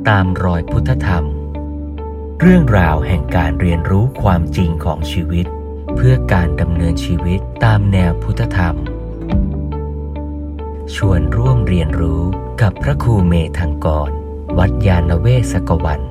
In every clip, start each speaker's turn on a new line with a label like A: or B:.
A: ตามรอยพุทธธรรมเรื่องราวแห่งการเรียนรู้ความจริงของชีวิตเพื่อการดำเนินชีวิตตามแนวพุทธธรรมชวนร่วมเรียนรู้กับพระครูเมธังกร วัดยานเวศกวัน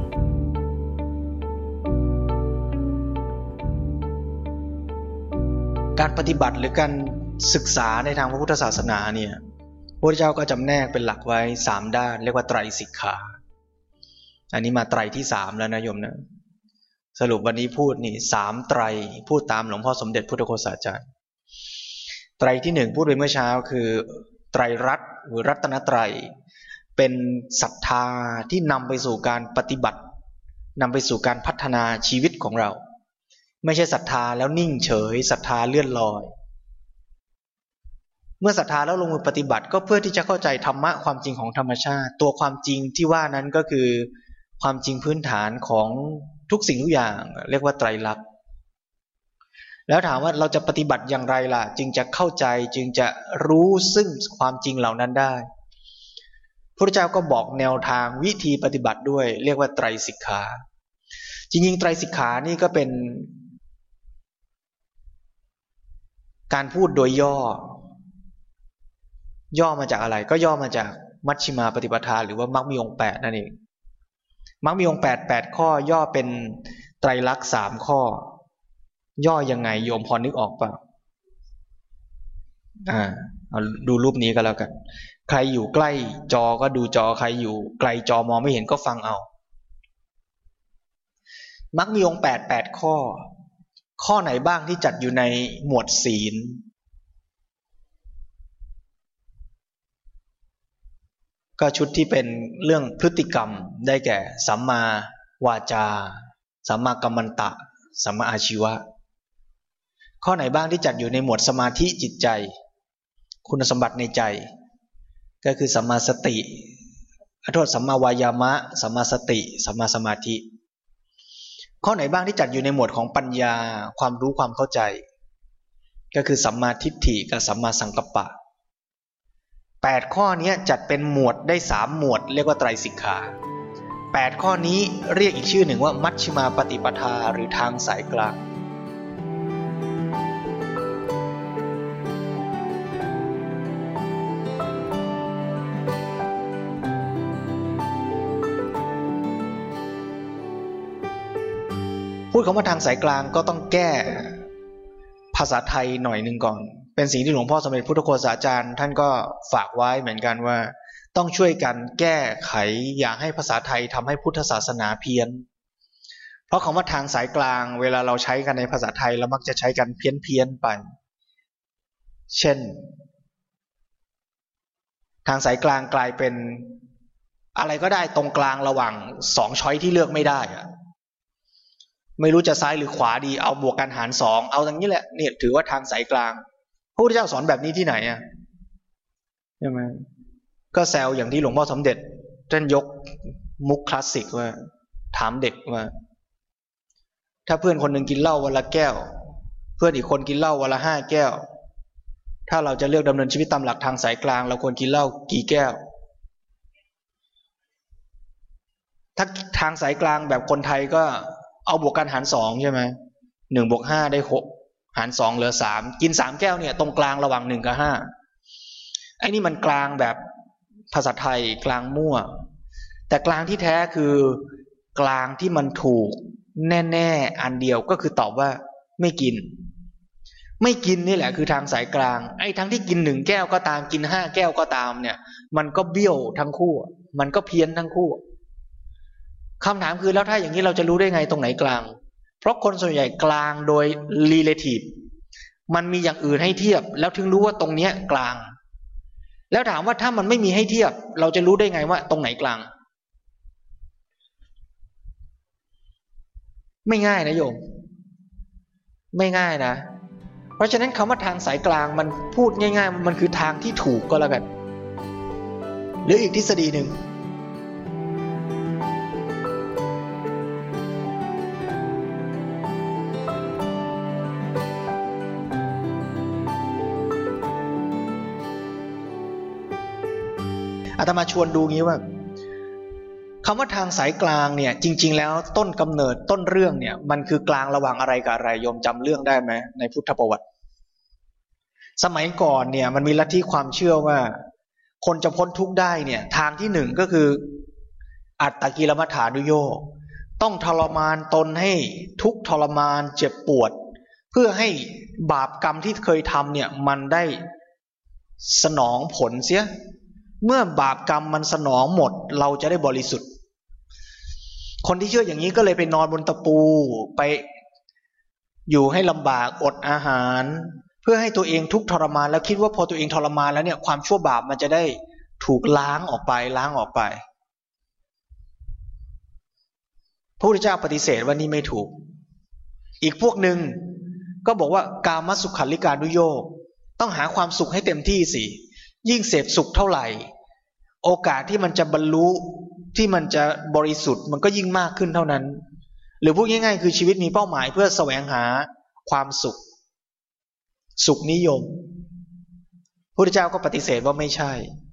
B: การปฏิบัติหรือการศึกษาในทางพระพุทธศาสนาเนี่ยพระพุทธเจ้าก็จำแนกเป็นหลักไว้3ด้านเรียกว่าไตรสิกขาอันนี้มาไตรที่3แล้วนะโยมนะสรุปวันนี้พูดนี่3ไตรพูดตามหลวงพ่อสมเด็จพุทธโฆษาจารย์ไตรที่1พูดไปเมื่อเช้าคือไตรรัตน์หรือรัตนไตรเป็นศรัทธาที่นำไปสู่การปฏิบัตินำไปสู่การพัฒนาชีวิตของเราไม่ใช่ศรัทธาแล้วนิ่งเฉยศรัทธาเลื่อนลอยเมื่อศรัทธาแล้วลงมือปฏิบัติก็เพื่อที่จะเข้าใจธรรมะความจริงของธรรมชาติตัวความจริงที่ว่านั้นก็คือความจริงพื้นฐานของทุกสิ่งทุกอย่างเรียกว่าไตรลักษณ์แล้วถามว่าเราจะปฏิบัติอย่างไรล่ะจึงจะเข้าใจจึงจะรู้ซึ่งความจริงเหล่านั้นได้พระพุทธเจ้าก็บอกแนวทางวิธีปฏิบัติด้วยเรียกว่าไตรสิกขาจริงๆไตรสิกขานี่ก็เป็นการพูดโดยย่อมาจากอะไรก็ย่อมาจากมัชฌิมาปฏิปทาหรือว่ามรรคมีองค์8นั่นเองมรรคมีองค์8ข้อย่อเป็นไตรลักษณ์3ข้อย่อยังไงโยมพอนึกออกเปล่าเอาดูรูปนี้ก็แล้วกันใครอยู่ใกล้จอก็ดูจอใครอยู่ไกลจอมองไม่เห็นก็ฟังเอามรรคมีองค์8ข้อไหนบ้างที่จัดอยู่ในหมวดศีลก็ชุดที่เป็นเรื่องพฤติกรรมได้แก่สัมมาวาจาสัมมากัมมันตะสัมมาอาชีวะข้อไหนบ้างที่จัดอยู่ในหมวดสมาธิจิตใจคุณสมบัติในใจก็คือสัมมาสติสัมมาวายามะสัมมาสติสัมมาสมาธิข้อไหนบ้างที่จัดอยู่ในหมวดของปัญญาความรู้ความเข้าใจก็คือสัมมาทิฏฐิกับสัมมาสังกัปปะ8ข้อนี้จัดเป็นหมวดได้3หมวดเรียกว่าไตรสิกขา8ข้อนี้เรียกอีกชื่อหนึ่งว่ามัชฌิมาปฏิปทาหรือทางสายกลางพูดคำว่าทางสายกลางก็ต้องแก้ภาษาไทยหน่อยนึงก่อนเป็นสิ่งที่หลวงพ่อสมเด็จพุทธโฆษาจารย์ท่านก็ฝากไว้เหมือนกันว่าต้องช่วยกันแก้ไขอย่าให้ภาษาไทยทำให้พุทธศาสนาเพี้ยนเพราะคำว่าทางสายกลางเวลาเราใช้กันในภาษาไทยเรามักจะใช้กันเพี้ยนไปเช่นทางสายกลางกลายเป็นอะไรก็ได้ตรงกลางระหว่าง2ช้อยที่เลือกไม่ได้ไม่รู้จะซ้ายหรือขวาดีเอาบวกกันหาร2เอาอย่างนี้แหละเนี่ยถือว่าทางสายกลางพระพุทธเจ้าสอนแบบนี้ที่ไหนใช่ไหมก็แซวอย่างที่หลวงพ่อสมเด็จท่านยกมุกคลาสสิกว่าถามเด็กว่าถ้าเพื่อนคนหนึ่งกินเหล้าวันละแก้วเพื่อนอีกคนกินเหล้าวันละ5 แก้วถ้าเราจะเลือกดำเนินชีวิตตามหลักทางสายกลางเราควรกินเหล้ากี่แก้วถ้าทางสายกลางแบบคนไทยก็เอาบวกกันหาร2ใช่ไหม1 บวก 5ได้6หาร2เหลือ3กิน3 แก้วเนี่ยตรงกลางระหว่าง1 กับ 5ไอ้นี่มันกลางแบบภาษาไทยกลางมั่วแต่กลางที่แท้คือกลางที่มันถูกแน่ๆอันเดียวก็คือตอบว่าไม่กินนี่แหละคือทางสายกลางไอ้ทั้งที่กิน1 แก้วก็ตามกิน5 แก้วก็ตามเนี่ยมันก็เบี้ยวทั้งคู่มันก็เพี้ยนทั้งคู่คำถามคือแล้วถ้าอย่างนี้เราจะรู้ได้ไงตรงไหนกลางเพราะคนส่วนใหญ่กลางโดย relative มันมีอย่างอื่นให้เทียบแล้วถึงรู้ว่าตรงเนี้ยกลางแล้วถามว่าถ้ามันไม่มีให้เทียบเราจะรู้ได้ไงว่าตรงไหนกลางไม่ง่ายนะโยมไม่ง่ายนะเพราะฉะนั้นคำว่าทางสายกลางมันพูดง่ายๆมันคือทางที่ถูกก็แล้วกันหรืออีกทฤษฎีหนึ่งอาตมาชวนดูงี้ว่า คคำว่าทางสายกลางเนี่ยจริงๆแล้วต้นกำเนิดต้นเรื่องเนี่ยมันคือกลางระหว่างอะไรกับอะไรโยมจำเรื่องได้ไหมในพุทธประวัติสมัยก่อนเนี่ยมันมีลัทธิความเชื่อว่าคนจะพ้นทุกข์ได้เนี่ยทางที่หนึ่งก็คืออัตตกิลมัฏฐานุโยคต้องทรมานตนให้ทุกข์ทรมานเจ็บปวดเพื่อให้บาปกรรมที่เคยทำเนี่ยมันได้สนองผลเสียเมื่อบาปกรรมมันสนองหมดเราจะได้บริสุทธิ์คนที่เชื่ออย่างนี้ก็เลยไปนอนบนตะปูไปอยู่ให้ลำบากอดอาหารเพื่อให้ตัวเองทุกข์ทรมานแล้วคิดว่าพอตัวเองทรมานแล้วเนี่ยความชั่วบาปมันจะได้ถูกล้างออกไปพระพุทธเจ้าปฏิเสธว่านี่ไม่ถูกอีกพวกหนึ่งก็บอกว่ากามสุขัลลิกานุโยคต้องหาความสุขให้เต็มที่สิยิ่งเสพสุขเท่าไหร่โอกาสที่มันจะบรรลุที่มันจะบริสุทธิ์มันก็ยิ่งมากขึ้นเท่านั้นหรือพูดง่ายๆคือชีวิตมีเป้าหมายเพื่อแสวงหาความสุขนิยมพระพุทธเจ้าก็ปฏิเสธว่าไม่ใช่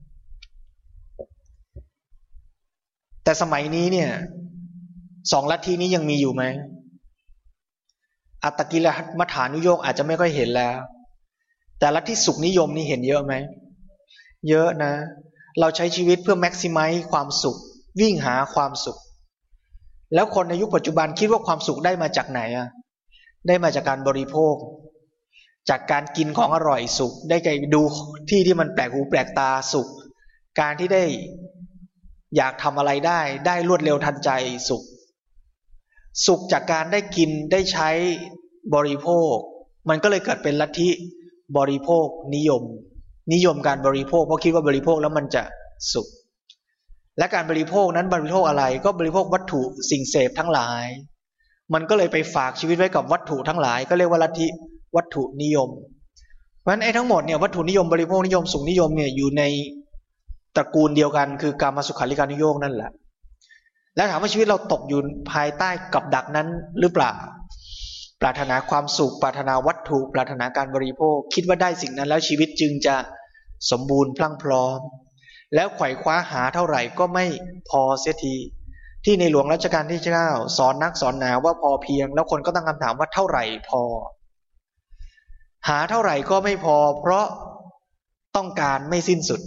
B: แต่สมัยนี้เนี่ยสองลัทธินี้ยังมีอยู่ไหมอัตตกิลมัฏฐานุโยคอาจจะไม่ค่อยเห็นแล้วแต่ลัทธิสุขนิยมนี่เห็นเยอะไหมเยอะนะเราใช้ชีวิตเพื่อแม็กซิไมซ์ความสุขวิ่งหาความสุขแล้วคนในยุคปัจจุบันคิดว่าความสุขได้มาจากไหนอ่ะได้มาจากการบริโภคจากการกินของอร่อยสุขได้ไปดูที่มันแปลกหูแปลกตาสุขการที่ได้อยากทำอะไรได้รวดเร็วทันใจสุขจากการได้กินได้ใช้บริโภคมันก็เลยเกิดเป็นลัทธิบริโภคนิยมการบริโภคเพราะคิดว่าบริโภคแล้วมันจะสุขและการบริโภคนั้นบริโภคอะไรก็บริโภควัตถุสิ่งเสพทั้งหลายมันก็เลยไปฝากชีวิตไว้กับวัตถุทั้งหลายก็เรียกว่าลัทธิวัตถุนิยมเพราะฉะนั้นไอ้ทั้งหมดเนี่ยวัตถุนิยมบริโภคนิยมสุขนิยมเนี่ยอยู่ในตระกูลเดียวกันคือกามสุขัลลิกานุโยคนั่นแหละแล้วถามว่าชีวิตเราตกอยู่ภายใต้กับดักนั้นหรือเปล่าปรารถนาความสุขปรารถนาวัตถุปรารถนาการบริโภคคิดว่าได้สิ่งนั้นแล้วชีวิตจึงจะสมบูรณ์พลั่งพร้อมแล้วไขว่คว้าหาเท่าไหร่ก็ไม่พอเสียทีที่ในหลวงรัชกาลที่9สอนนักสอนหนาว่าพอเพียงแล้วคนก็ตั้งคำถามว่าเท่าไหร่พอหาเท่าไหร่ก็ไม่พอเพราะต้องการไม่สิ้นสุด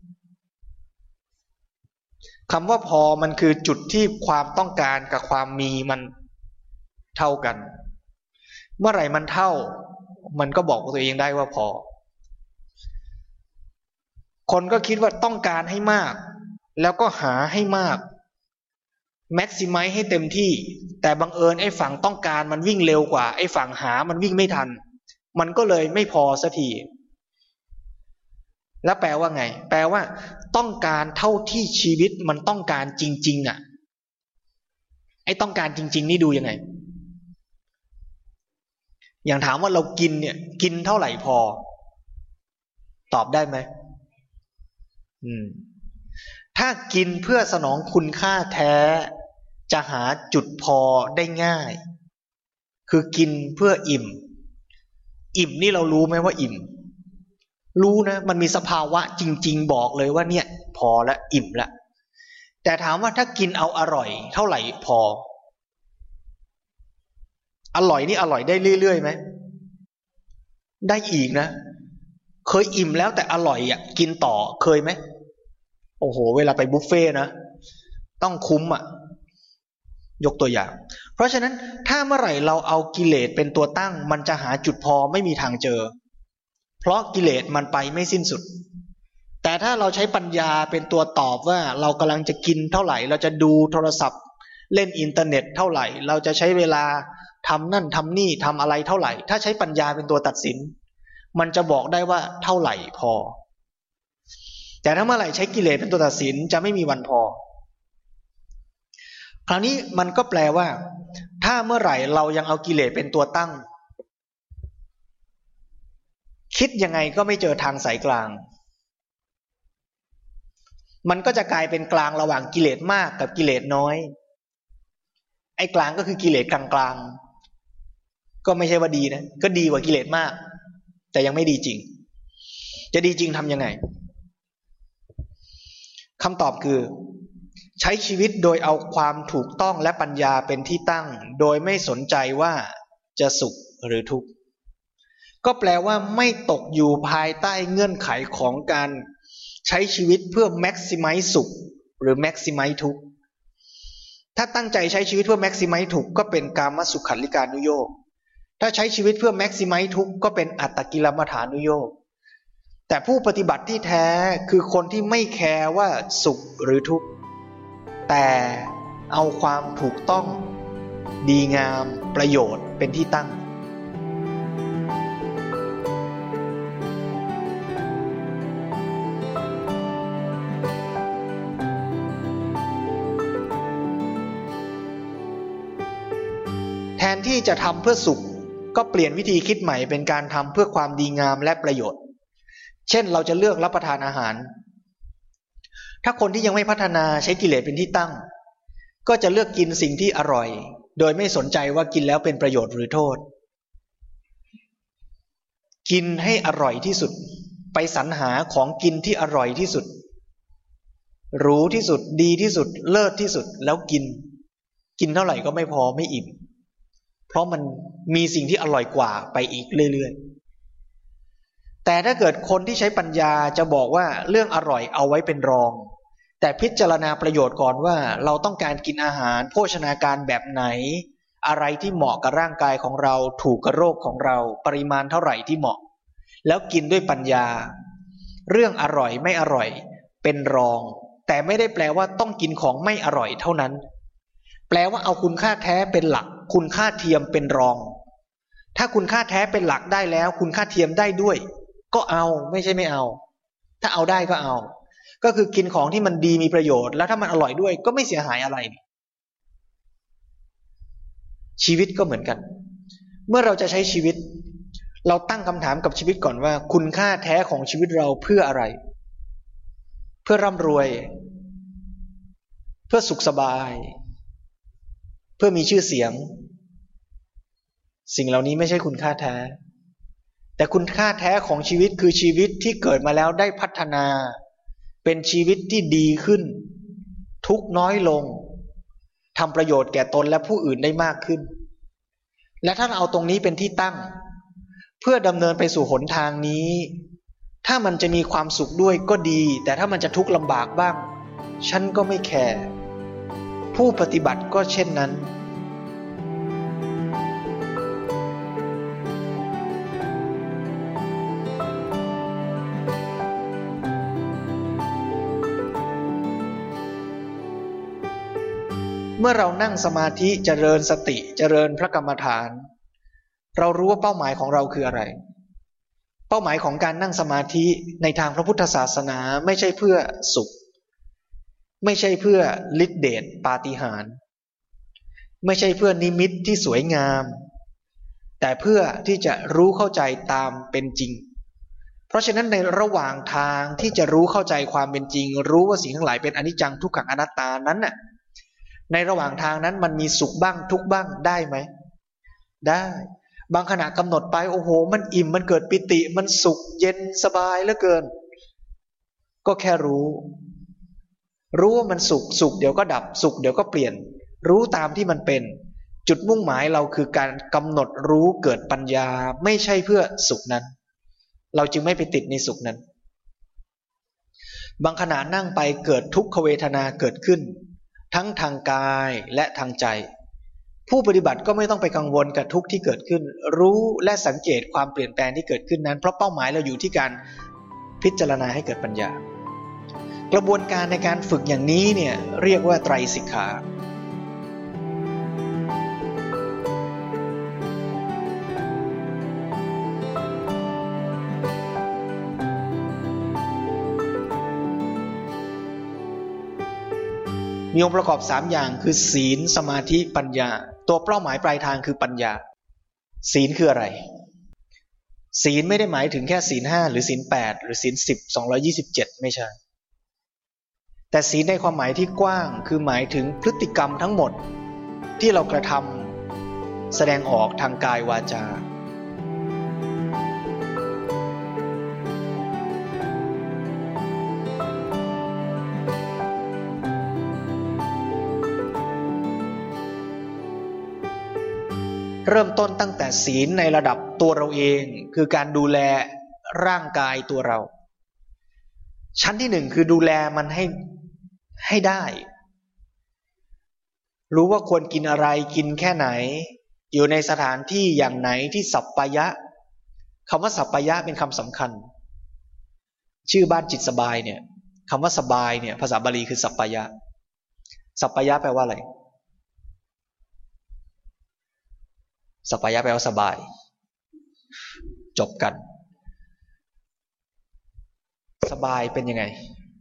B: คำว่าพอมันคือจุดที่ความต้องการกับความมีมันเท่ากันเมื่อไหร่มันเท่ามันก็บอกตัวเองได้ว่าพอคนก็คิดว่าต้องการให้มากแล้วก็หาให้มากแม็กซิไมซ์ให้เต็มที่แต่บังเอิญไอ้ฝั่งต้องการมันวิ่งเร็วกว่าไอ้ฝั่งหามันวิ่งไม่ทันมันก็เลยไม่พอสักทีแล้วแปลว่าไงแปลว่าต้องการเท่าที่ชีวิตมันต้องการจริงๆอ่ะไอ้ต้องการจริงๆนี่ดูยังไงอย่างถามว่าเรากินเนี่ยกินเท่าไหร่พอตอบได้ไหมถ้ากินเพื่อสนองคุณค่าแท้จะหาจุดพอได้ง่ายคือกินเพื่ออิ่มนี่เรารู้ไหมว่าอิ่มรู้นะมันมีสภาวะจริงๆบอกเลยว่าเนี่ยพอแล้วอิ่มแล้วแต่ถามว่าถ้ากินเอาอร่อยเท่าไหร่พออร่อยนี่อร่อยได้เรื่อยๆไหมได้อีกนะเคยอิ่มแล้วแต่อร่อยอ่ะกินต่อเคยไหมโอ้โหเวลาไปบุฟเฟ่นะต้องคุ้มอ่ะยกตัวอย่างเพราะฉะนั้นถ้าเมื่อไหร่เราเอากิเลสเป็นตัวตั้งมันจะหาจุดพอไม่มีทางเจอเพราะกิเลสมันไปไม่สิ้นสุดแต่ถ้าเราใช้ปัญญาเป็นตัวตอบว่าเรากำลังจะกินเท่าไหร่เราจะดูโทรศัพท์เล่นอินเทอร์เน็ตเท่าไหร่เราจะใช้เวลาทำนั่นทำนี่ทำอะไรเท่าไหร่ถ้าใช้ปัญญาเป็นตัวตัดสินมันจะบอกได้ว่าเท่าไหร่พอแต่ถ้าเมื่อไหร่ใช้กิเลสเป็นตัวตัดสินจะไม่มีวันพอคราวนี้มันก็แปลว่าถ้าเมื่อไหร่เรายังเอากิเลสเป็นตัวตั้งคิดยังไงก็ไม่เจอทางสายกลางมันก็จะกลายเป็นกลางระหว่างกิเลสมากกับกิเลสน้อยไอ้กลางก็คือกิเลสกลางๆก็ไม่ใช่ว่าดีนะก็ดีกว่ากิเลสมากแต่ยังไม่ดีจริงจะดีจริงทำยังไงคำตอบคือใช้ชีวิตโดยเอาความถูกต้องและปัญญาเป็นที่ตั้งโดยไม่สนใจว่าจะสุขหรือทุกข์ก็แปลว่าไม่ตกอยู่ภายใต้เงื่อนไขของการใช้ชีวิตเพื่อ maximize สุขหรือ maximize ทุกข์ถ้าตั้งใจใช้ชีวิตเพื่อ maximize ทุกข์ก็เป็นกามสุขันลิกานุโยคถ้าใช้ชีวิตเพื่อ maximize ทุกข์ก็เป็นอัตตกิลมัฏฐานุโยคแต่ผู้ปฏิบัติที่แท้คือคนที่ไม่แคร์ว่าสุขหรือทุกข์แต่เอาความถูกต้องดีงามประโยชน์เป็นที่ตั้งแทนที่จะทำเพื่อสุขก็เปลี่ยนวิธีคิดใหม่เป็นการทำเพื่อความดีงามและประโยชน์เช่นเราจะเลือกรับประทานอาหารถ้าคนที่ยังไม่พัฒนาใช้กิเลสเป็นที่ตั้งก็จะเลือกกินสิ่งที่อร่อยโดยไม่สนใจว่ากินแล้วเป็นประโยชน์หรือโทษกินให้อร่อยที่สุดไปสรรหาของกินที่อร่อยที่สุดหรูที่สุดดีที่สุดเลิศที่สุดแล้วกินเท่าไหร่ก็ไม่พอไม่อิ่มเพราะมันมีสิ่งที่อร่อยกว่าไปอีกเรื่อยๆแต่ถ้าเกิดคนที่ใช้ปัญญาจะบอกว่าเรื่องอร่อยเอาไว้เป็นรองแต่พิจารณาประโยชน์ก่อนว่าเราต้องการกินอาหารโภชนาการแบบไหนอะไรที่เหมาะกับร่างกายของเราถูกกับโรคของเราปริมาณเท่าไหร่ที่เหมาะแล้วกินด้วยปัญญาเรื่องอร่อยไม่อร่อยเป็นรองแต่ไม่ได้แปลว่าต้องกินของไม่อร่อยเท่านั้นแปลว่าเอาคุณค่าแท้เป็นหลักคุณค่าเทียมเป็นรองถ้าคุณค่าแท้เป็นหลักได้แล้วคุณค่าเทียมได้ด้วยก็เอาไม่ใช่ไม่เอาถ้าเอาได้ก็เอาก็คือกินของที่มันดีมีประโยชน์แล้วถ้ามันอร่อยด้วยก็ไม่เสียหายอะไรชีวิตก็เหมือนกันเมื่อเราจะใช้ชีวิตเราตั้งคำถามกับชีวิตก่อนว่าคุณค่าแท้ของชีวิตเราเพื่ออะไรเพื่อร่ำรวยเพื่อสุขสบายเพื่อมีชื่อเสียงสิ่งเหล่านี้ไม่ใช่คุณค่าแท้แต่คุณค่าแท้ของชีวิตคือชีวิตที่เกิดมาแล้วได้พัฒนาเป็นชีวิตที่ดีขึ้นทุกข์น้อยลงทำประโยชน์แก่ตนและผู้อื่นได้มากขึ้นและถ้าเอาตรงนี้เป็นที่ตั้งเพื่อดำเนินไปสู่หนทางนี้ถ้ามันจะมีความสุขด้วยก็ดีแต่ถ้ามันจะทุกข์ลำบากบ้างฉันก็ไม่แคร์ผู้ปฏิบัติก็เช่นนั้นเมื่อเรานั่งสมาธิเจริญสติเจริญพระกรรมฐานเรารู้ว่าเป้าหมายของเราคืออะไรเป้าหมายของการนั่งสมาธิในทางพระพุทธศาสนาไม่ใช่เพื่อสุขไม่ใช่เพื่อฤทธิเดชปาฏิหาริย์ไม่ใช่เพื่อนิมิตที่สวยงามแต่เพื่อที่จะรู้เข้าใจตามเป็นจริงเพราะฉะนั้นในระหว่างทางที่จะรู้เข้าใจความเป็นจริงรู้ว่าสิ่งทั้งหลายเป็นอนิจจังทุกขังอนัตตานั้นน่ะในระหว่างทางนั้นมันมีสุขบ้างทุกข์บ้างได้ไหมได้บางขณะกำหนดไปโอ้โหมันอิ่มมันเกิดปิติมันสุขเย็นสบายเหลือเกินก็แค่รู้ว่ามันสุขเดี๋ยวก็ดับสุขเดี๋ยวก็เปลี่ยนรู้ตามที่มันเป็นจุดมุ่งหมายเราคือการกำหนดรู้เกิดปัญญาไม่ใช่เพื่อสุขนั้นเราจึงไม่ไปติดในสุขนั้นบางขณะนั่งไปเกิดทุกขเวทนาเกิดขึ้นทั้งทางกายและทางใจผู้ปฏิบัติก็ไม่ต้องไปกังวลกับทุกข์ที่เกิดขึ้นรู้และสังเกตความเปลี่ยนแปลงที่เกิดขึ้นนั้นเพราะเป้าหมายเราอยู่ที่การพิจารณาให้เกิดปัญญากระบวนการในการฝึกอย่างนี้เนี่ยเรียกว่าไตรสิกขามีองค์ประกอบ3อย่างคือศีลสมาธิปัญญาตัวเป้าหมายปลายทางคือปัญญาศีลคืออะไรศีลไม่ได้หมายถึงแค่ศีล5หรือศีล8หรือศีล10 227ไม่ใช่แต่ศีลในความหมายที่กว้างคือหมายถึงพฤติกรรมทั้งหมดที่เรากระทำแสดงออกทางกายวาจาเริ่มต้นตั้งแต่ศีลในระดับตัวเราเองคือการดูแลร่างกายตัวเราชั้นที่หนึ่งคือดูแลมันให้ได้รู้ว่าควรกินอะไรกินแค่ไหนอยู่ในสถานที่อย่างไหนที่สัปปายะคำว่าสัปปายะเป็นคำสำคัญชื่อบ้านจิตสบายเนี่ยคำว่าสบายเนี่ยภาษาบาลีคือสัปปายะสัปปายะแปลว่าอะไรสัปปายะแปลว่าสบายจบกันสบายเป็นยังไง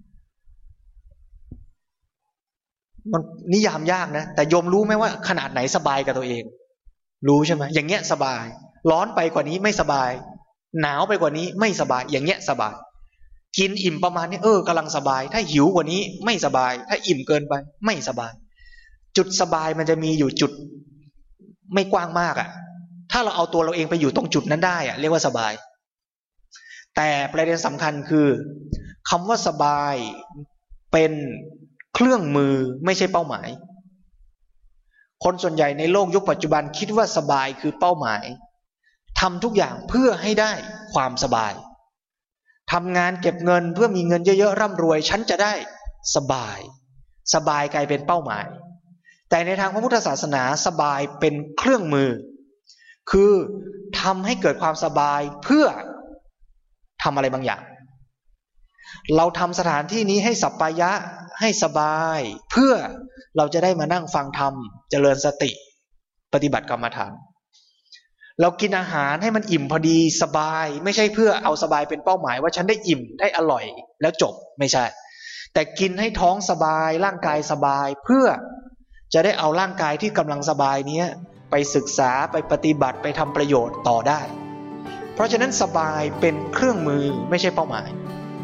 B: มันนิยามยากนะแต่โยมรู้ไหมว่าขนาดไหนสบายกับตัวเองรู้ใช่ไหมอย่างเงี้ยสบายร้อนไปกว่านี้ไม่สบายหนาวไปกว่านี้ไม่สบายอย่างเงี้ยสบายกินอิ่มประมาณนี้กำลังสบายถ้าหิวกว่านี้ไม่สบายถ้าอิ่มเกินไปไม่สบายจุดสบายมันจะมีอยู่จุดไม่กว้างมากอ่ะถ้าเราเอาตัวเราเองไปอยู่ตรงจุดนั้นได้อ่ะเรียกว่าสบายแต่ประเด็นสำคัญคือคำว่าสบายเป็นเครื่องมือไม่ใช่เป้าหมายคนส่วนใหญ่ในโลกยุคปัจจุบันคิดว่าสบายคือเป้าหมายทำทุกอย่างเพื่อให้ได้ความสบายทำงานเก็บเงินเพื่อมีเงินเยอะๆร่ำรวยฉันจะได้สบายสบายกลายเป็นเป้าหมายแต่ในทางพระพุทธศาสนาสบายเป็นเครื่องมือคือทำให้เกิดความสบายเพื่อทำอะไรบางอย่างเราทำสถานที่นี้ให้สัปปายะให้สบายเพื่อเราจะได้มานั่งฟังธรรมเจริญสติปฏิบัติกรรมฐานเรากินอาหารให้มันอิ่มพอดีสบายไม่ใช่เพื่อเอาสบายเป็นเป้าหมายว่าฉันได้อิ่มได้อร่อยแล้วจบไม่ใช่แต่กินให้ท้องสบายร่างกายสบายเพื่อจะได้เอาร่างกายที่กำลังสบายนี้ไปศึกษาไปปฏิบัติไปทำประโยชน์ต่อได้เพราะฉะนั้นสบายเป็นเครื่องมือไม่ใช่เป้าหมาย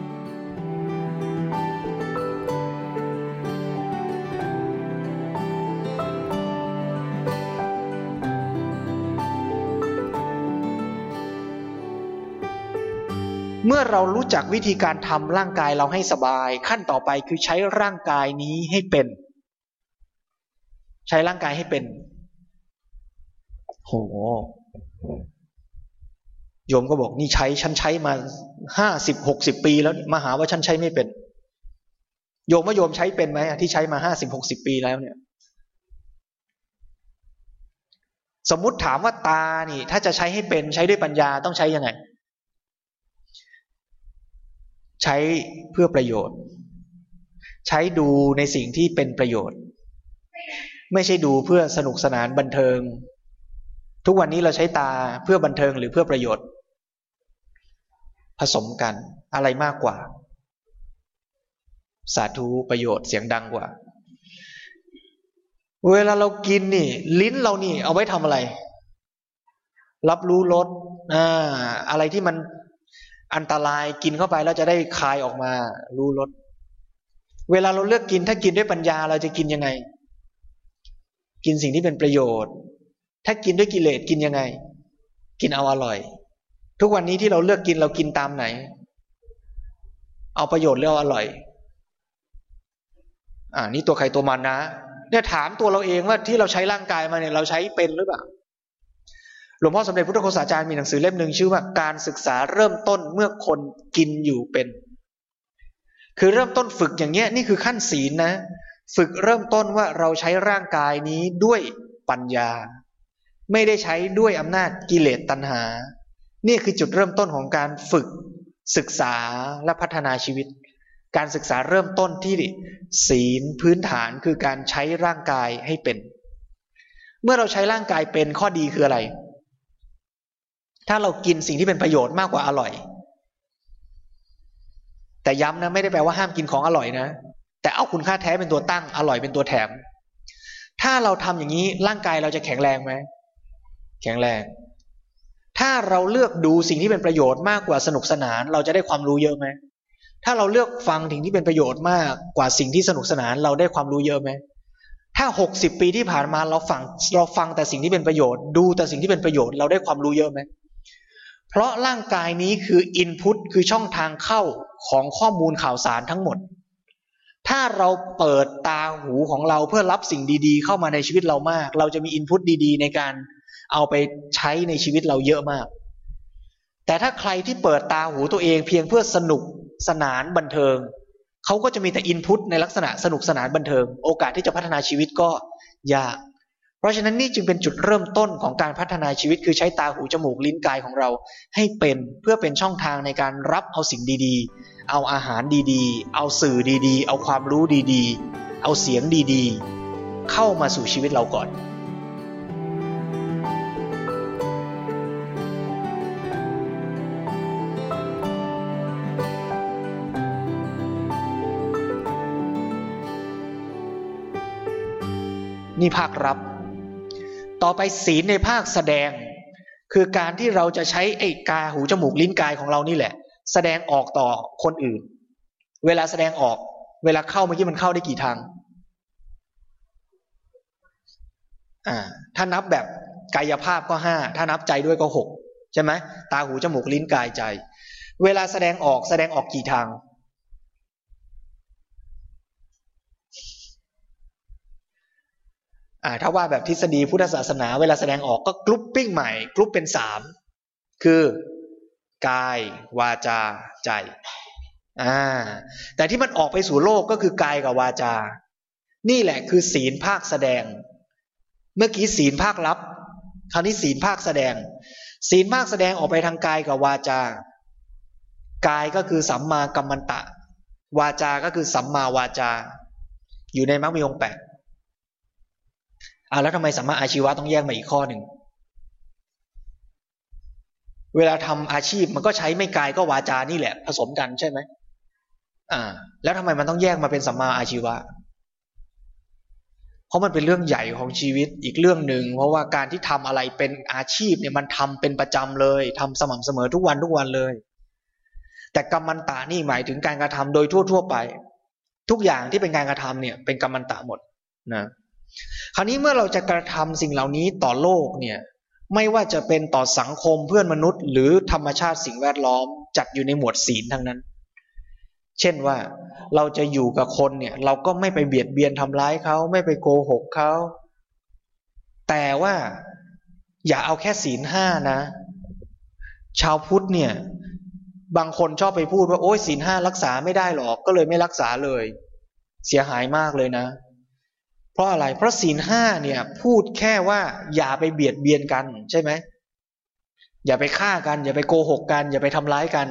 B: เมื่อเรารู้จักวิธีการทำร่างกายเราให้สบายขั้นต่อไปคือใช้ร่างกายนี้ให้เป็นใช้ร่างกายให้เป็นโหโยมก็บอกนี่ฉันใช้มา50-60 ปีแล้วมาหาว่าฉันใช้ไม่เป็นโยมว่าโยมใช้เป็นไหมที่ใช้มา50-60 ปีแล้วเนี่ยสมมุติถามว่าตานี่ถ้าจะใช้ให้เป็นใช้ด้วยปัญญาต้องใช้ยังไงใช้เพื่อประโยชน์ใช้ดูในสิ่งที่เป็นประโยชน์ไม่ใช่ดูเพื่อสนุกสนานบันเทิงทุกวันนี้เราใช้ตาเพื่อบันเทิงหรือเพื่อประโยชน์ผสมกันอะไรมากกว่าสาธุประโยชน์เสียงดังกว่าเวลาเรากินนี่ลิ้นเรานี่เอาไว้ทำอะไรรับรู้รสอะไรที่มันอันตรายกินเข้าไปแล้วจะได้คายออกมารู้รสเวลาเราเลือกกินถ้ากินด้วยปัญญาเราจะกินยังไงกินสิ่งที่เป็นประโยชน์ถ้ากินด้วยกิเลสกินยังไงกินเอาอร่อยทุกวันนี้ที่เราเลือกกินเรากินตามไหนเอาประโยชน์หรือเอาอร่อยนี่ตัวใครตัวมันนะเนี่ยถามตัวเราเองว่าที่เราใช้ร่างกายมาเนี่ยเราใช้เป็นหรือเปล่าหลวงพ่อสมเด็จพุทธโฆษาจารย์มีหนังสือเล่มหนึ่งชื่อว่าการศึกษาเริ่มต้นเมื่อคนกินอยู่เป็นคือเริ่มต้นฝึกอย่างเงี้ยนี่คือขั้นศีลนะฝึกเริ่มต้นว่าเราใช้ร่างกายนี้ด้วยปัญญาไม่ได้ใช้ด้วยอำนาจกิเลสตัณหานี่คือจุดเริ่มต้นของการฝึกศึกษาและพัฒนาชีวิตการศึกษาเริ่มต้นที่ศีลพื้นฐานคือการใช้ร่างกายให้เป็นเมื่อเราใช้ร่างกายเป็นข้อดีคืออะไรถ้าเรากินสิ่งที่เป็นประโยชน์มากกว่าอร่อยแต่ย้ำนะไม่ได้แปลว่าห้ามกินของอร่อยนะแต่เอาคุณค่าแท้เป็นตัวตั้งอร่อยเป็นตัวแถมถ้าเราทำอย่างนี้ร่างกายเราจะแข็งแรงไหมแข็งแรงถ้าเราเลือกดูสิ่งที่เป็นประโยชน์มากกว่าสนุกสนานเราจะได้ความรู้เยอะไหมถ้าเราเลือกฟังสิ่งที่เป็นประโยชน์มากกว่าสิ่งที่สนุกสนานเราได้ความรู้เยอะไหมถ้า60 ปีที่ผ่านมาเราฟังแต่สิ่งที่เป็นประโยชน์ดูแต่สิ่งที่เป็นประโยชน์เราได้ความรู้เยอะไหมเพราะร่างกายนี้คืออินพุตคือช่องทางเข้าของข้อมูลข่าวสารทั้งหมดถ้าเราเปิดตาหูของเราเพื่อรับสิ่งดีๆเข้ามาในชีวิตเรามากเราจะมีอินพุตดีๆในการเอาไปใช้ในชีวิตเราเยอะมากแต่ถ้าใครที่เปิดตาหูตัวเองเพียงเพื่อสนุกสนานบันเทิงเขาก็จะมีแต่อินพุตในลักษณะสนุกสนานบันเทิงโอกาสที่จะพัฒนาชีวิตก็ยากเพราะฉะนั้นนี่จึงเป็นจุดเริ่มต้นของการพัฒนาชีวิตคือใช้ตาหูจมูกลิ้นกายของเราให้เป็นเพื่อเป็นช่องทางในการรับเอาสิ่งดีๆเอาอาหารดีๆเอาสื่อดีๆเอาความรู้ดีๆเอาเสียงดีๆเข้ามาสู่ชีวิตเราก่อนนี่ภาครับต่อไปศีลในภาคแสดงคือการที่เราจะใช้ไอ้ตาหูจมูกลิ้นกายของเรานี่แหละแสดงออกต่อคนอื่นเวลาแสดงออกเวลาเข้าเมื่อกี้มันเข้าได้กี่ทางถ้านับแบบกายภาพก็5ถ้านับใจด้วยก็6ใช่ไหมตาหูจมูกลิ้นกายใจเวลาแสดงออกกี่ทางถ้าว่าแบบทฤษฎีพุทธศาสนาเวลาแสดงออกก็กรุ๊ปปิ้งใหม่กรุ๊ปเป็น3คือกายวาจาใจแต่ที่มันออกไปสู่โลกก็คือกายกับวาจานี่แหละคือศีลภาคแสดงเมื่อกี้ศีลภาคลับคราวนี้ศีลภาคแสดงศีลภาคแสดงออกไปทางกายกับวาจากายก็คือสัมมากัมมันตะวาจาก็คือสัมมาวาจาอยู่ในมรรคมีองค์8แล้วทำไมสัมมาอาชีวะต้องแยกมาอีกข้อหนึ่งเวลาทำอาชีพมันก็ใช้ไม่กายก็วาจานี่แหละผสมกันใช่ไหมแล้วทำไมมันต้องแยกมาเป็นสัมมาอาชีวะเพราะมันเป็นเรื่องใหญ่ของชีวิตอีกเรื่องหนึ่งเพราะว่าการที่ทำอะไรเป็นอาชีพเนี่ยมันทำเป็นประจำเลยทำสม่ำเสมอทุกวันเลยแต่กัมมันตะนี่หมายถึงการกระทำโดยทั่วไปทุกอย่างที่เป็นการกระทำเนี่ยเป็นกัมมันตะหมดนะคราวนี้เมื่อเราจะกระทำสิ่งเหล่านี้ต่อโลกเนี่ยไม่ว่าจะเป็นต่อสังคมเพื่อนมนุษย์หรือธรรมชาติสิ่งแวดล้อมจัดอยู่ในหมวดศีลทั้งนั้นเช่นว่าเราจะอยู่กับคนเนี่ยเราก็ไม่ไปเบียดเบียนทำร้ายเขาไม่ไปโกหกเขาแต่ว่าอย่าเอาแค่ศีล5นะชาวพุทธเนี่ยบางคนชอบไปพูดว่าโอ๊ยศีล5รักษาไม่ได้หรอกก็เลยไม่รักษาเลยเสียหายมากเลยนะเพราะอะไรเพราะศีล5เนี่ยพูดแค่ว่าอย่าไปเบียดเบียนกันใช่ไหมอย่าไปฆ่ากันอย่าไปโกหกกันอย่าไปทำร้ายกัน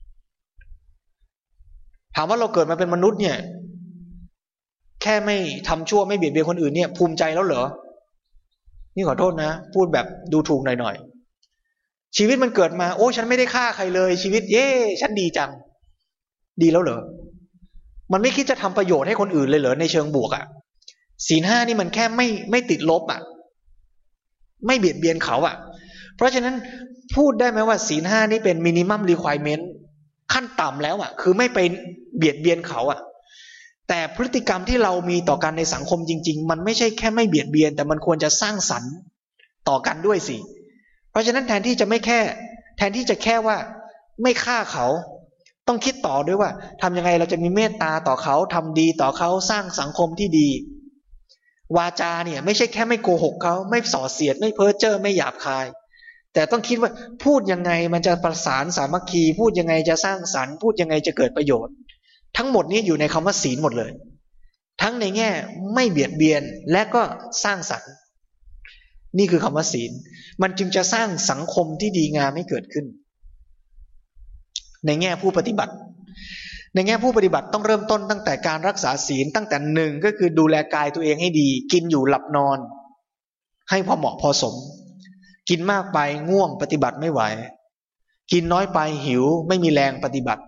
B: ถามว่าเราเกิดมาเป็นมนุษย์เนี่ยแค่ไม่ทำชั่วไม่เบียดเบียนคนอื่นเนี่ยภูมิใจแล้วเหรอนี่ขอโทษนะพูดแบบดูถูกหน่อยชีวิตมันเกิดมาโอ้ฉันไม่ได้ฆ่าใครเลยชีวิตเย้ฉันดีจังดีแล้วเหรอมันไม่คิดจะทำประโยชน์ให้คนอื่นเลยเหรอในเชิงบวกศีล5นี่มันแค่ไม่ติดลบไม่เบียดเบียนเขาเพราะฉะนั้นพูดได้ไหมว่าศีล5นี่เป็น minimum requirement ขั้นต่ำแล้วคือไม่ไปเบียดเบียนเขาแต่พฤติกรรมที่เรามีต่อกันในสังคมจริงๆมันไม่ใช่แค่ไม่เบียดเบียนแต่มันควรจะสร้างสรรค์ต่อกันด้วยสิเพราะฉะนั้นแทนที่จะแค่ว่าไม่ฆ่าเขาต้องคิดต่อด้วยว่าทำยังไงเราจะมีเมตตาต่อเขาทำดีต่อเขาสร้างสังคมที่ดีวาจาเนี่ยไม่ใช่แค่ไม่โกหกเขาไม่ส่อเสียดไม่เพ้อเจ้อไม่หยาบคายแต่ต้องคิดว่าพูดยังไงมันจะประสานสามัคคีพูดยังไงจะสร้างสรรค์พูดยังไงจะเกิดประโยชน์ทั้งหมดนี้อยู่ในคำว่าศีลหมดเลยทั้งในแง่ไม่เบียดเบียนและก็สร้างสรรค์นี่คือคำว่าศีลมันจึงจะสร้างสังคมที่ดีงามให้เกิดขึ้นในแง่ผู้ปฏิบัติต้องเริ่มต้นตั้งแต่การรักษาศีลตั้งแต่1ก็คือดูแลกายตัวเองให้ดีกินอยู่หลับนอนให้พอเหมาะพอสมกินมากไปง่วงปฏิบัติไม่ไหวกินน้อยไปหิวไม่มีแรงปฏิบัติ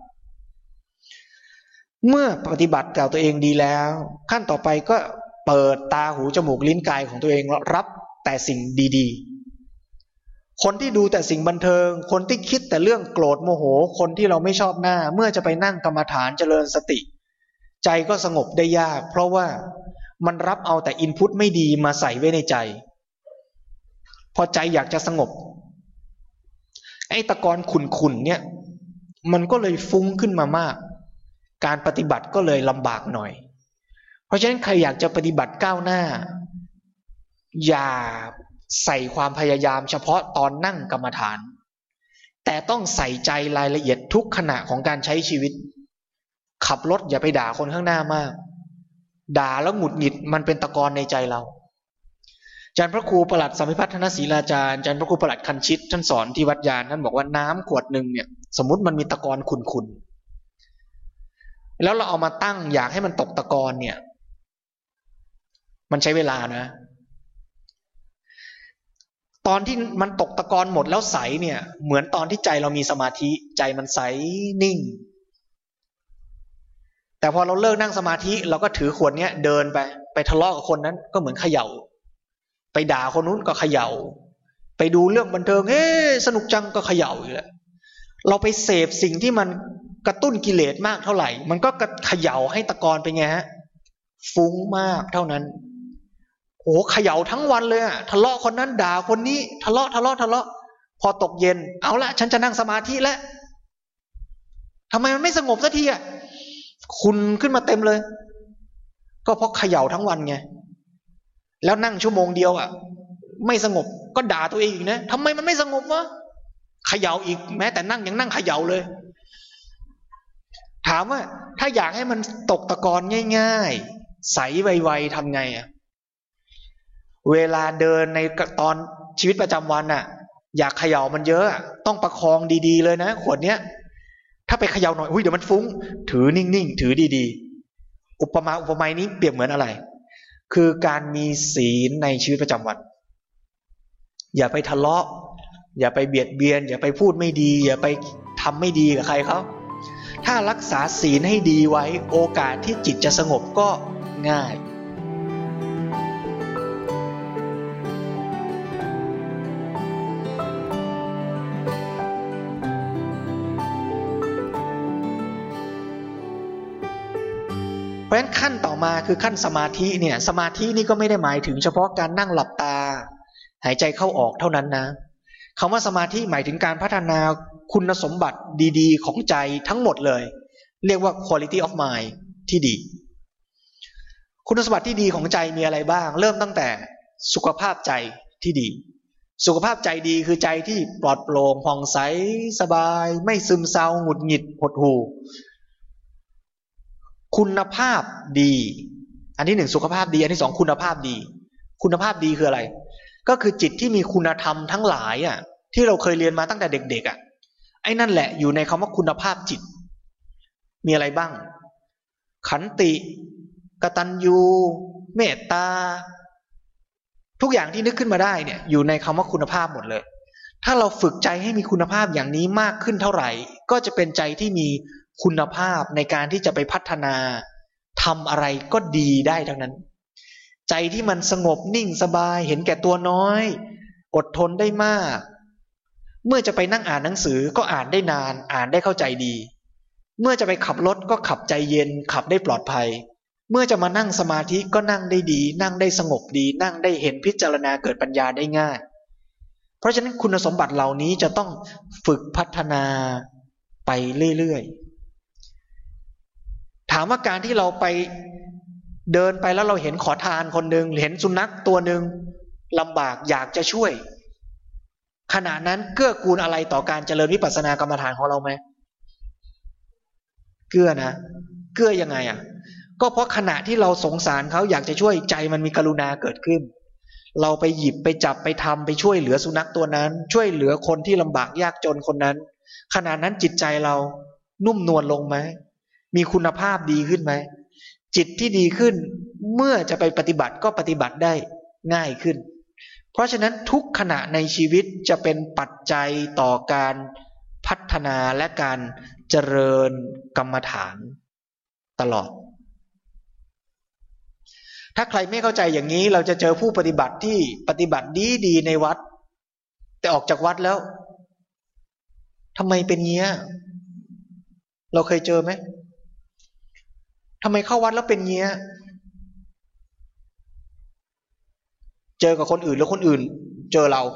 B: เมื่อปฏิบัติกับตัวเองดีแล้วขั้นต่อไปก็เปิดตาหูจมูกลิ้นกายของตัวเองรับแต่สิ่งดีๆคนที่ดูแต่สิ่งบันเทิงคนที่คิดแต่เรื่องโกรธโมโหคนที่เราไม่ชอบหน้าเมื่อจะไปนั่งกรรมฐานเจริญสติใจก็สงบได้ยากเพราะว่ามันรับเอาแต่อินพุตไม่ดีมาใส่ไว้ในใจพอใจอยากจะสงบไอ้ตะกอนขุ่นๆเนี่ยมันก็เลยฟุ้งขึ้นมามากการปฏิบัติก็เลยลำบากหน่อยเพราะฉะนั้นใครอยากจะปฏิบัติก้าวหน้าอย่าใส่ความพยายามเฉพาะตอนนั่งกรรมฐานแต่ต้องใส่ใจรายละเอียดทุกขณะของการใช้ชีวิตขับรถอย่าไปด่าคนข้างหน้ามากด่าแล้วหงุดหงิดมันเป็นตะกอนในใจเราอาจารย์พระครูประหลัดสัมมิพัฒนศีลาจารย์อาจารย์พระครูประหลัดคันชิตท่านสอนที่วัดยานท่านบอกว่าน้ำขวดหนึ่งเนี่ยสมมติมันมีตะกอนขุ่นๆแล้วเราเอามาตั้งอยากให้มันตกตะกอนเนี่ยมันใช้เวลานะตอนที่มันตกตะกอนหมดแล้วใสเนี่ยเหมือนตอนที่ใจเรามีสมาธิใจมันใสนิ่งแต่พอเราเลิกนั่งสมาธิเราก็ถือขวดเนี้ยเดินไปทะเลาะกับคนนั้นก็เหมือนเขย่าไปด่าคนนู้นก็เขย่าไปดูเรื่องบันเทิงสนุกจังก็เขย่าอยู่แล้วเราไปเสพสิ่งที่มันกระตุ้นกิเลสมากเท่าไหร่มันก็เขย่าให้ตะกอนเป็นไงฮะฟุ้งมากเท่านั้นโอ้เขย่าทั้งวันเลยอะทะเลาะคนนั้นด่าคนนี้ทะเลาะพอตกเย็นเอาละฉันจะนั่งสมาธิแล้วทำไมมันไม่สงบสักทีอะคุณขึ้นมาเต็มเลยก็เพราะเขย่าทั้งวันไงแล้วนั่งชั่วโมงเดียวอะไม่สงบก็ด่าตัวเองอีกนะทำไมมันไม่สงบวะเขย่าอีกแม้แต่นั่งยังนั่งเขย่าเลยถามว่าถ้าอยากให้มันตกตะกอนง่ายๆใสไวๆทำไงอะเวลาเดินในตอนชีวิตประจำวันน่ะอยากเขย่ามันเยอะต้องประคองดีๆเลยนะขวดเนี้ยถ้าไปเขย่าหน่อยเดี๋ยวมันฟุ้งถือนิ่งๆถือดีๆอุปมานี้เปรียบเหมือนอะไรคือการมีศีลในชีวิตประจำวันอย่าไปทะเลาะอย่าไปเบียดเบียนอย่าไปพูดไม่ดีอย่าไปทำไม่ดีกับใครเขาถ้ารักษาศีลให้ดีไว้โอกาสที่จิตจะสงบก็ง่ายเพราะฉะนั้นขั้นต่อมาคือขั้นสมาธิเนี่ยสมาธินี่ก็ไม่ได้หมายถึงเฉพาะการนั่งหลับตาหายใจเข้าออกเท่านั้นนะคำว่าสมาธิหมายถึงการพัฒนาคุณสมบัติดีๆของใจทั้งหมดเลยเรียกว่า quality of mind ที่ดีคุณสมบัติที่ดีของใจมีอะไรบ้างเริ่มตั้งแต่สุขภาพใจที่ดีสุขภาพใจดีคือใจที่ปลอดโปร่งผ่องใสสบายไม่ซึมเศร้าหงุดหงิดหดหู่คุณภาพดีอันที่หนึ่งสุขภาพดีอันที่สองคุณภาพดีคุณภาพดีคืออะไรก็คือจิตที่มีคุณธรรมทั้งหลายที่เราเคยเรียนมาตั้งแต่เด็กๆไอ้นั่นแหละอยู่ในคำว่าคุณภาพจิตมีอะไรบ้างขันติกตัญญูเมตตาทุกอย่างที่นึกขึ้นมาได้เนี่ยอยู่ในคำว่าคุณภาพหมดเลยถ้าเราฝึกใจให้มีคุณภาพอย่างนี้มากขึ้นเท่าไหร่ก็จะเป็นใจที่มีคุณภาพในการที่จะไปพัฒนาทำอะไรก็ดีได้ทั้งนั้นใจที่มันสงบนิ่งสบายเห็นแก่ตัวน้อยอดทนได้มากเมื่อจะไปนั่งอ่านหนังสือก็อ่านได้นานอ่านได้เข้าใจดีเมื่อจะไปขับรถก็ขับใจเย็นขับได้ปลอดภัยเมื่อจะมานั่งสมาธิก็นั่งได้ดีนั่งได้สงบดีนั่งได้เห็นพิจารณาเกิดปัญญาได้ง่ายเพราะฉะนั้นคุณสมบัติเหล่านี้จะต้องฝึกพัฒนาไปเรื่อยๆถามว่าการที่เราไปเดินไปแล้วเราเห็นขอทานคนหนึ่งเห็นสุนัขตัวหนึ่งลำบากอยากจะช่วยขณะนั้นเกื้อกูลอะไรต่อการเจริญวิปัสสนากรรมฐานของเราไหมเกื้อนะเกื้อยังไงก็เพราะขณะที่เราสงสารเขาอยากจะช่วยใจมันมีกรุณาเกิดขึ้นเราไปหยิบไปจับไปทำไปช่วยเหลือสุนัขตัวนั้นช่วยเหลือคนที่ลำบากยากจนคนนั้นขณะนั้นจิตใจเรานุ่มนวลลงไหมมีคุณภาพดีขึ้นไหมจิตที่ดีขึ้นเมื่อจะไปปฏิบัติก็ปฏิบัติได้ง่ายขึ้นเพราะฉะนั้นทุกขณะในชีวิตจะเป็นปัจจัยต่อการพัฒนาและการเจริญกรรมฐานตลอดถ้าใครไม่เข้าใจอย่างนี้เราจะเจอผู้ปฏิบัติที่ปฏิบัติดีในวัดแต่ออกจากวัดแล้วทำไมเป็นเงี้ยเราเคยเจอไหมทำไมเข้าวัดแล้วเป็นเงี้ยเจอกับคนอื่นแล้วคนอื่นเจอเรา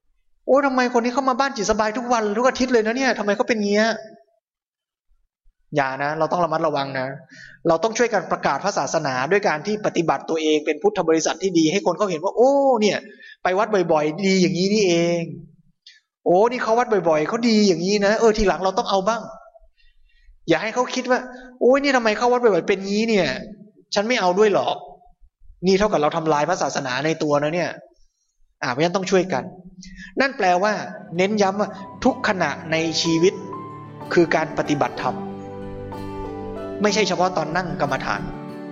B: โอ้ทำไมคนนี้เข้ามาบ้านจิตสบายทุกวันทุกอาทิตย์เลยนะเนี่ยทำไมเขาเป็นเงี้ยอย่านะเราต้องระมัดระวังนะเราต้องช่วยกันประกาศพระศาสนาด้วยการที่ปฏิบัติตัวเองเป็นพุทธบริษัทที่ดีให้คนเขาเห็นว่าโอ้เนี่ยไปวัดบ่อยๆดีอย่างนี้นี่เองโอ้นี่เขาวัดบ่อยๆเขาดีอย่างนี้นะทีหลังเราต้องเอาบ้างอย่าให้เขาคิดว่าโอ้ยนี่ทำไมเข้าวัดบ่อยๆเป็นงี้เนี่ยฉันไม่เอาด้วยหรอกนี่เท่ากับเราทำลายพระศาสนาในตัวนะเนี่ยเพราะฉะนั้นต้องช่วยกันนั่นแปลว่าเน้นย้ำว่าทุกขณะในชีวิตคือการปฏิบัติธรรมไม่ใช่เฉพาะตอนนั่งกรรมฐาน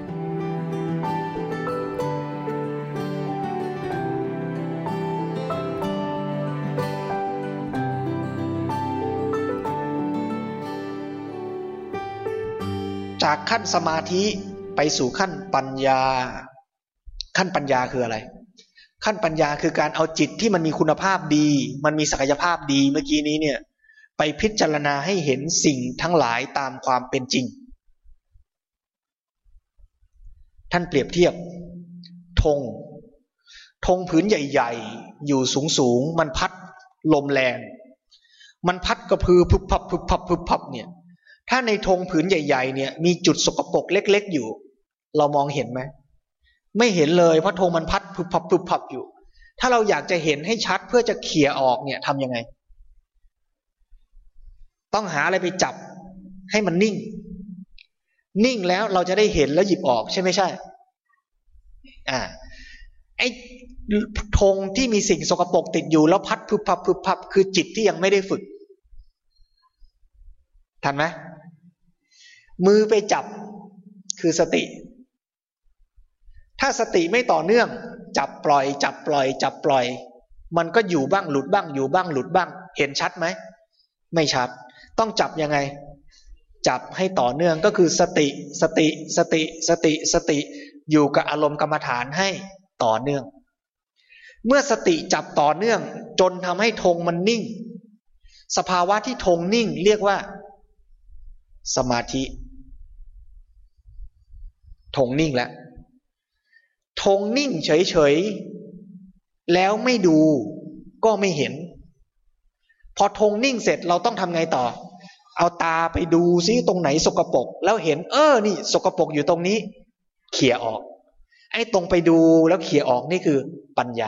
B: จากขั้นสมาธิไปสู่ขั้นปัญญาขั้นปัญญาคืออะไรขั้นปัญญาคือการเอาจิตที่มันมีคุณภาพดีมันมีศักยภาพดีเมื่อกี้นี้เนี่ยไปพิจารณาให้เห็นสิ่งทั้งหลายตามความเป็นจริงท่านเปรียบเทียบธงผืนใหญ่ๆอยู่สูงมันพัดลมแรงมันพัดกระพือพึบพับพึบพับพึบพับเนี่ยถ้าในธงผืนใหญ่ๆเนี่ยมีจุดสกปรกเล็กๆอยู่เรามองเห็นไหมไม่เห็นเลยเพราะธงมันพัดพึบพับพึบพับอยู่ถ้าเราอยากจะเห็นให้ชัดเพื่อจะเขี่ยออกเนี่ยทำยังไงต้องหาอะไรไปจับให้มันนิ่งแล้วเราจะได้เห็นแล้วหยิบออกใช่ไม่ใช่ไอ้ธงที่มีสิ่งสกปรกติดอยู่แล้วพัดพึบพับพึบพับคือจิตที่ยังไม่ได้ฝึกทันไหมมือไปจับคือสติถ้าสติไม่ต่อเนื่องจับปล่อยจับปล่อยจับปล่อยมันก็อยู่บ้างหลุดบ้างอยู่บ้างหลุดบ้างเห็นชัดไหมไม่ชัดต้องจับยังไงจับให้ต่อเนื่องก็คือสติอยู่กับอารมณ์กรรมฐานให้ต่อเนื่องเมื่อสติจับต่อเนื่องจนทำให้ธงมันนิ่งสภาวะที่ธงนิ่งเรียกว่าสมาธิธงนิ่งแล้วธงนิ่งเฉยๆแล้วไม่ดูก็ไม่เห็นพอธงนิ่งเสร็จเราต้องทำไงต่อเอาตาไปดูซิตรงไหนสกปรกแล้วเห็นนี่สกปรกอยู่ตรงนี้เขี่ยออกไอ้ตรงไปดูแล้วเขี่ยออกนี่คือปัญญา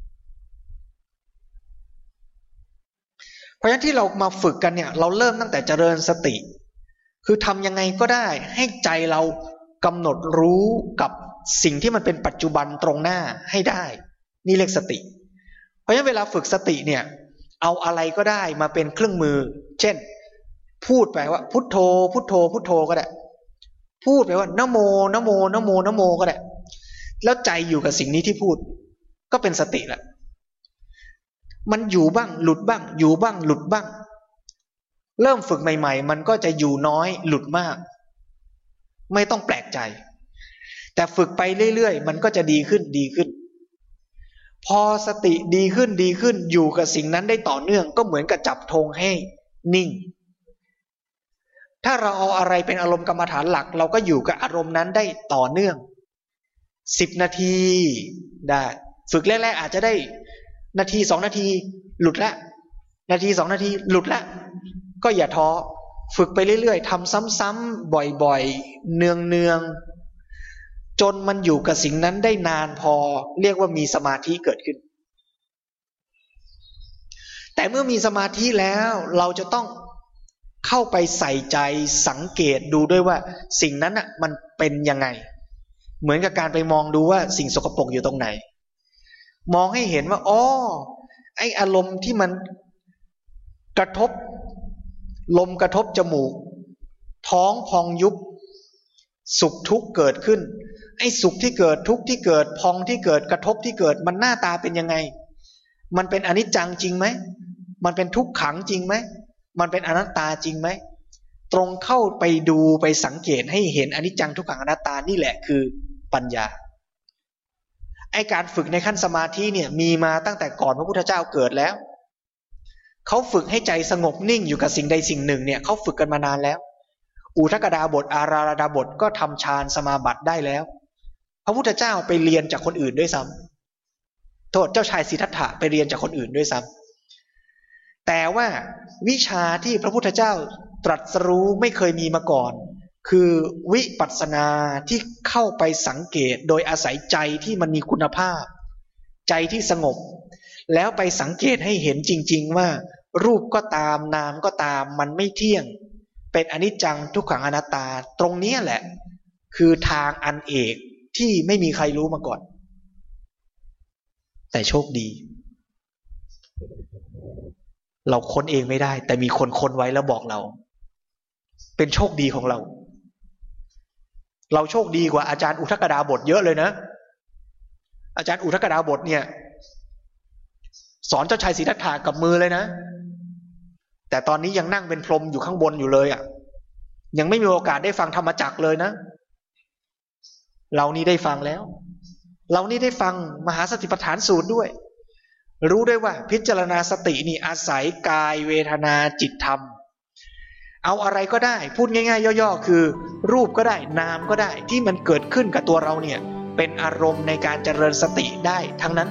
B: เพราะฉะนั้นที่เรามาฝึกกันเนี่ยเราเริ่มตั้งแต่เจริญสติคือทำยังไงก็ได้ให้ใจเรากำหนดรู้กับสิ่งที่มันเป็นปัจจุบันตรงหน้าให้ได้นี่เรียกสติเพราะฉะนั้นเวลาฝึกสติเนี่ยเอาอะไรก็ได้มาเป็นเครื่องมือเช่นพูดไปว่าพุทโธพุทโธพุทโธก็ได้พูดไปว่านะโมนะโมนะโมนะโมก็ได้แล้วใจอยู่กับสิ่งนี้ที่พูดก็เป็นสติละมันอยู่บ้างหลุดบ้างอยู่บ้างหลุดบ้างเริ่มฝึกใหม่ๆมันก็จะอยู่น้อยหลุดมากไม่ต้องแปลกใจแต่ฝึกไปเรื่อยๆมันก็จะดีขึ้นพอสติดีขึ้นอยู่กับสิ่งนั้นได้ต่อเนื่องก็เหมือนกับจับธงให้นิ่งถ้าเราเอาอะไรเป็นอารมณ์กรรมฐานหลักเราก็อยู่กับอารมณ์นั้นได้ต่อเนื่อง10 นาทีได้ฝึกแรกๆอาจจะได้นาที2 นาทีหลุดละนาที2 นาทีหลุดละก็อย่าท้อฝึกไปเรื่อยๆทำซ้ำๆบ่อยๆเนืองๆจนมันอยู่กับสิ่งนั้นได้นานพอเรียกว่ามีสมาธิเกิดขึ้นแต่เมื่อมีสมาธิแล้วเราจะต้องเข้าไปใส่ใจสังเกตดูด้วยว่าสิ่งนั้นน่ะมันเป็นยังไงเหมือนกับการไปมองดูว่าสิ่งสกปรกอยู่ตรงไหนมองให้เห็นว่าไอ้อารมณ์ที่มันกระทบลมกระทบจมูกท้องพองยุบสุขทุกข์เกิดขึ้นไอ้สุขที่เกิดทุกข์ที่เกิดพองที่เกิดกระทบที่เกิดมันหน้าตาเป็นยังไงมันเป็นอนิจจังจริงไหมมันเป็นทุกขังจริงไหมมันเป็นอนัตตาจริงไหมตรงเข้าไปดูไปสังเกตให้เห็นอนิจจังทุกขังอนัตตานี่แหละคือปัญญาไอ้การฝึกในขั้นสมาธิเนี่ยมีมาตั้งแต่ก่อนพระพุทธเจ้าเกิดแล้วเขาฝึกให้ใจสงบนิ่งอยู่กับสิ่งใดสิ่งหนึ่งเนี่ยเขาฝึกกันมานานแล้วอุทกดาบทอาราดาบทก็ทำฌานสมาบัติได้แล้วพระพุทธเจ้าไปเรียนจากคนอื่นด้วยซ้ำโทษเจ้าชายสิทธัตถะไปเรียนจากคนอื่นด้วยซ้ำแต่ว่าวิชาที่พระพุทธเจ้าตรัสรู้ไม่เคยมีมาก่อนคือวิปัสสนาที่เข้าไปสังเกตโดยอาศัยใจที่มันมีคุณภาพใจที่สงบแล้วไปสังเกตให้เห็นจริงๆว่ารูปก็ตามนามก็ตามมันไม่เที่ยงเป็นอนิจจังทุกขังอนัตตาตรงนี้แหละคือทางอันเอกที่ไม่มีใครรู้มาก่อนแต่โชคดีเราค้นเองไม่ได้แต่มีคนค้นไว้แล้วบอกเราเป็นโชคดีของเราโชคดีกว่าอาจารย์อุทกดาบทเยอะเลยนะอาจารย์อุทกดาบทเนี่ยสอนเจ้าชายสิทธัตถะกับมือเลยนะแต่ตอนนี้ยังนั่งเป็นพรหมอยู่ข้างบนอยู่เลยอ่ะยังไม่มีโอกาสได้ฟังธรรมจักรเลยนะเรานี่ได้ฟังแล้วเรานี่ได้ฟังมหาสติปัฏฐานสูตรด้วยรู้ด้วยว่าพิจารณาสตินี่อาศัยกายเวทนาจิตธรรมเอาอะไรก็ได้พูดง่ายๆย่อๆคือรูปก็ได้นามก็ได้ที่มันเกิดขึ้นกับตัวเราเนี่ยเป็นอารมณ์ในการเจริญสติได้ทั้งนั้น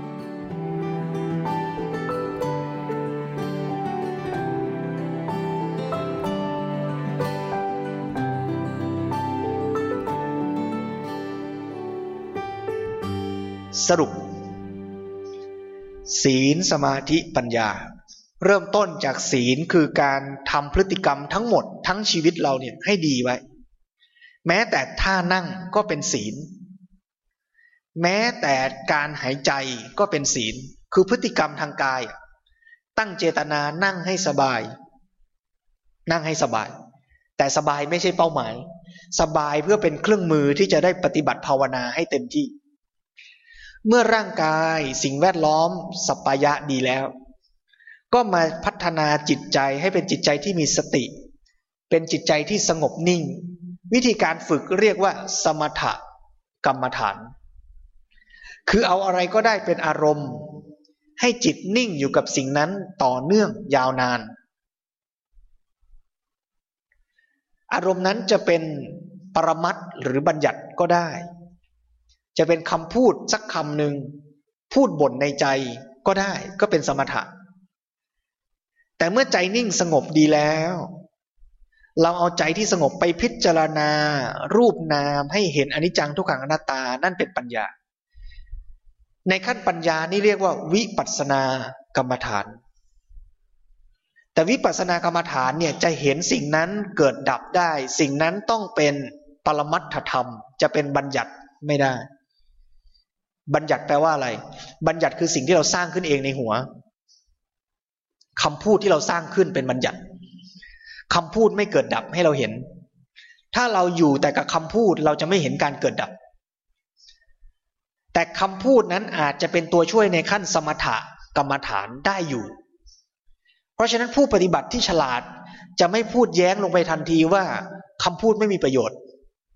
B: สรุปศีลสมาธิปัญญาเริ่มต้นจากศีลคือการทำพฤติกรรมทั้งหมดทั้งชีวิตเราเนี่ยให้ดีไว้แม้แต่ท่านั่งก็เป็นศีลแม้แต่การหายใจก็เป็นศีลคือพฤติกรรมทางกายตั้งเจตนานั่งให้สบายนั่งให้สบายแต่สบายไม่ใช่เป้าหมายสบายเพื่อเป็นเครื่องมือที่จะได้ปฏิบัติภาวนาให้เต็มที่เมื่อร่างกายสิ่งแวดล้อมสัปปายะดีแล้วก็มาพัฒนาจิตใจให้เป็นจิตใจที่มีสติเป็นจิตใจที่สงบนิ่งวิธีการฝึกเรียกว่าสมถกรรมฐานคือเอาอะไรก็ได้เป็นอารมณ์ให้จิตนิ่งอยู่กับสิ่งนั้นต่อเนื่องยาวนานอารมณ์นั้นจะเป็นปรมัตถ์หรือบัญญัติก็ได้จะเป็นคำพูดสักคำหนึ่งพูดบ่นในใจก็ได้ก็เป็นสมถะแต่เมื่อใจนิ่งสงบดีแล้วเราเอาใจที่สงบไปพิจารณารูปนามให้เห็นอนิจจังทุกขังอนัตตานั่นเป็นปัญญาในขั้นปัญญานี่เรียกว่าวิปัสสนากรรมฐานแต่วิปัสสนากรรมฐานเนี่ยจะเห็นสิ่งนั้นเกิดดับได้สิ่งนั้นต้องเป็นปรมัตถธรรมจะเป็นบัญญัติไม่ได้บัญญัติแปลว่าอะไรบัญญัติคือสิ่งที่เราสร้างขึ้นเองในหัวคำพูดที่เราสร้างขึ้นเป็นบัญญัติคำพูดไม่เกิดดับให้เราเห็นถ้าเราอยู่แต่กับคำพูดเราจะไม่เห็นการเกิดดับแต่คำพูดนั้นอาจจะเป็นตัวช่วยในขั้นสมถกรรมฐานได้อยู่เพราะฉะนั้นผู้ปฏิบัติที่ฉลาดจะไม่พูดแย้งลงไปทันทีว่าคำพูดไม่มีประโยชน์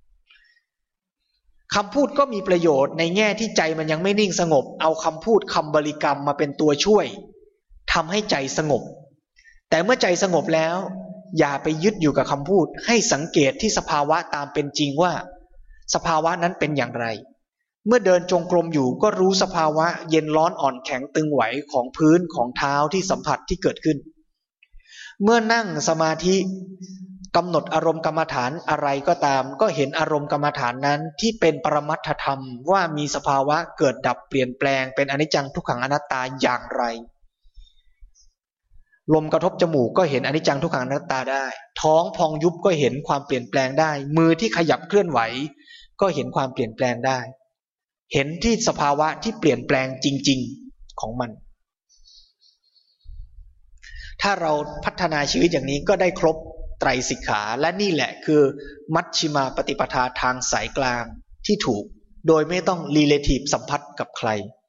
B: คำพูดก็มีประโยชน์ในแง่ที่ใจมันยังไม่นิ่งสงบเอาคำพูดคำบริกรรมมาเป็นตัวช่วยทำให้ใจสงบแต่เมื่อใจสงบแล้วอย่าไปยึดอยู่กับคำพูดให้สังเกตที่สภาวะตามเป็นจริงว่าสภาวะนั้นเป็นอย่างไรเมื่อเดินจงกรมอยู่ก็รู้สภาวะเย็นร้อนอ่อนแข็งตึงไหวของพื้นของเท้าที่สัมผัสที่เกิดขึ้นเมื่อนั่งสมาธิกำหนดอารมณ์กรรมฐานอะไรก็ตามก็เห็นอารมณ์กรรมฐานนั้นที่เป็นปรมัตถธรรมว่ามีสภาวะเกิดดับเปลี่ยนแปลงเป็นอนิจจังทุกขังอนัตตาอย่างไรลมกระทบจมูกก็เห็นอนิจจังทุกขังอนัตตาได้ท้องพองยุบก็เห็นความเปลี่ยนแปลงได้มือที่ขยับเคลื่อนไหวก็เห็นความเปลี่ยนแปลงได้เห็นที่สภาวะที่เปลี่ยนแปลงจริงๆของมันถ้าเราพัฒนาชีวิตอย่างนี้ก็ได้ครบไตรสิกขาและนี่แหละคือมัชฌิมาปฏิปทาทางสายกลางที่ถูกโดยไม่ต้องรีเลทีฟสัมพัทธ์กับใคร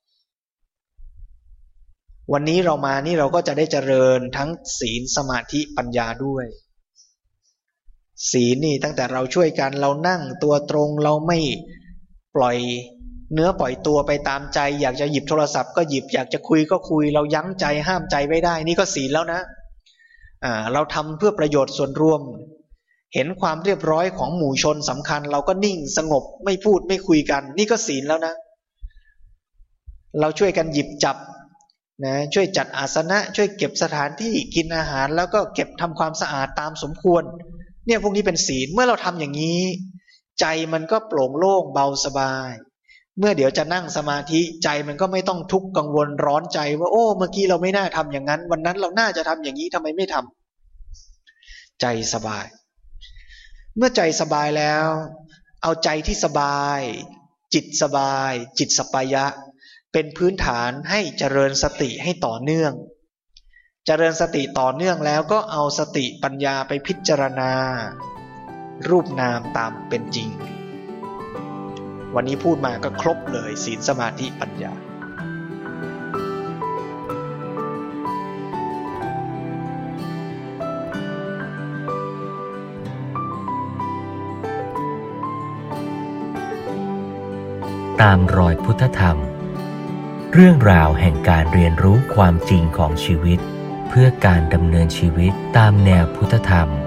B: วันนี้เรามานี่เราก็จะได้เจริญทั้งศีลสมาธิปัญญาด้วยศีลนี่ตั้งแต่เราช่วยกันเรานั่งตัวตรงเราไม่ปล่อยเนื้อปล่อยตัวไปตามใจอยากจะหยิบโทรศัพท์ก็หยิบอยากจะคุยก็คุยเรายั้งใจห้ามใจไว้ได้นี่ก็ศีลแล้วนะเราทำเพื่อประโยชน์ส่วนรวมเห็นความเรียบร้อยของหมู่ชนสำคัญเราก็นิ่งสงบไม่พูดไม่คุยกันนี่ก็ศีลแล้วนะเราช่วยกันหยิบจับนะช่วยจัดอาสนะช่วยเก็บสถานที่กินอาหารแล้วก็เก็บทำความสะอาดตามสมควรเนี่ยพวกนี้เป็นศีลเมื่อเราทำอย่างนี้ใจมันก็โปร่งโล่งเบาสบายเมื่อเดี๋ยวจะนั่งสมาธิใจมันก็ไม่ต้องทุกข์กังวลร้อนใจว่าโอ้เมื่อกี้เราไม่น่าทำอย่างนั้นวันนั้นเราน่าจะทำอย่างนี้ทำไมไม่ทำใจสบายเมื่อใจสบายแล้วเอาใจที่สบายจิตสบายจิตสัปปายะเป็นพื้นฐานให้เจริญสติให้ต่อเนื่องเจริญสติต่อเนื่องแล้วก็เอาสติปัญญาไปพิจารณารูปนามตามเป็นจริงวันนี้พูดมาก็ครบเลยศีลสมาธิปัญญา
A: ตามรอยพุทธธรรมเรื่องราวแห่งการเรียนรู้ความจริงของชีวิตเพื่อการดำเนินชีวิตตามแนวพุทธธรรม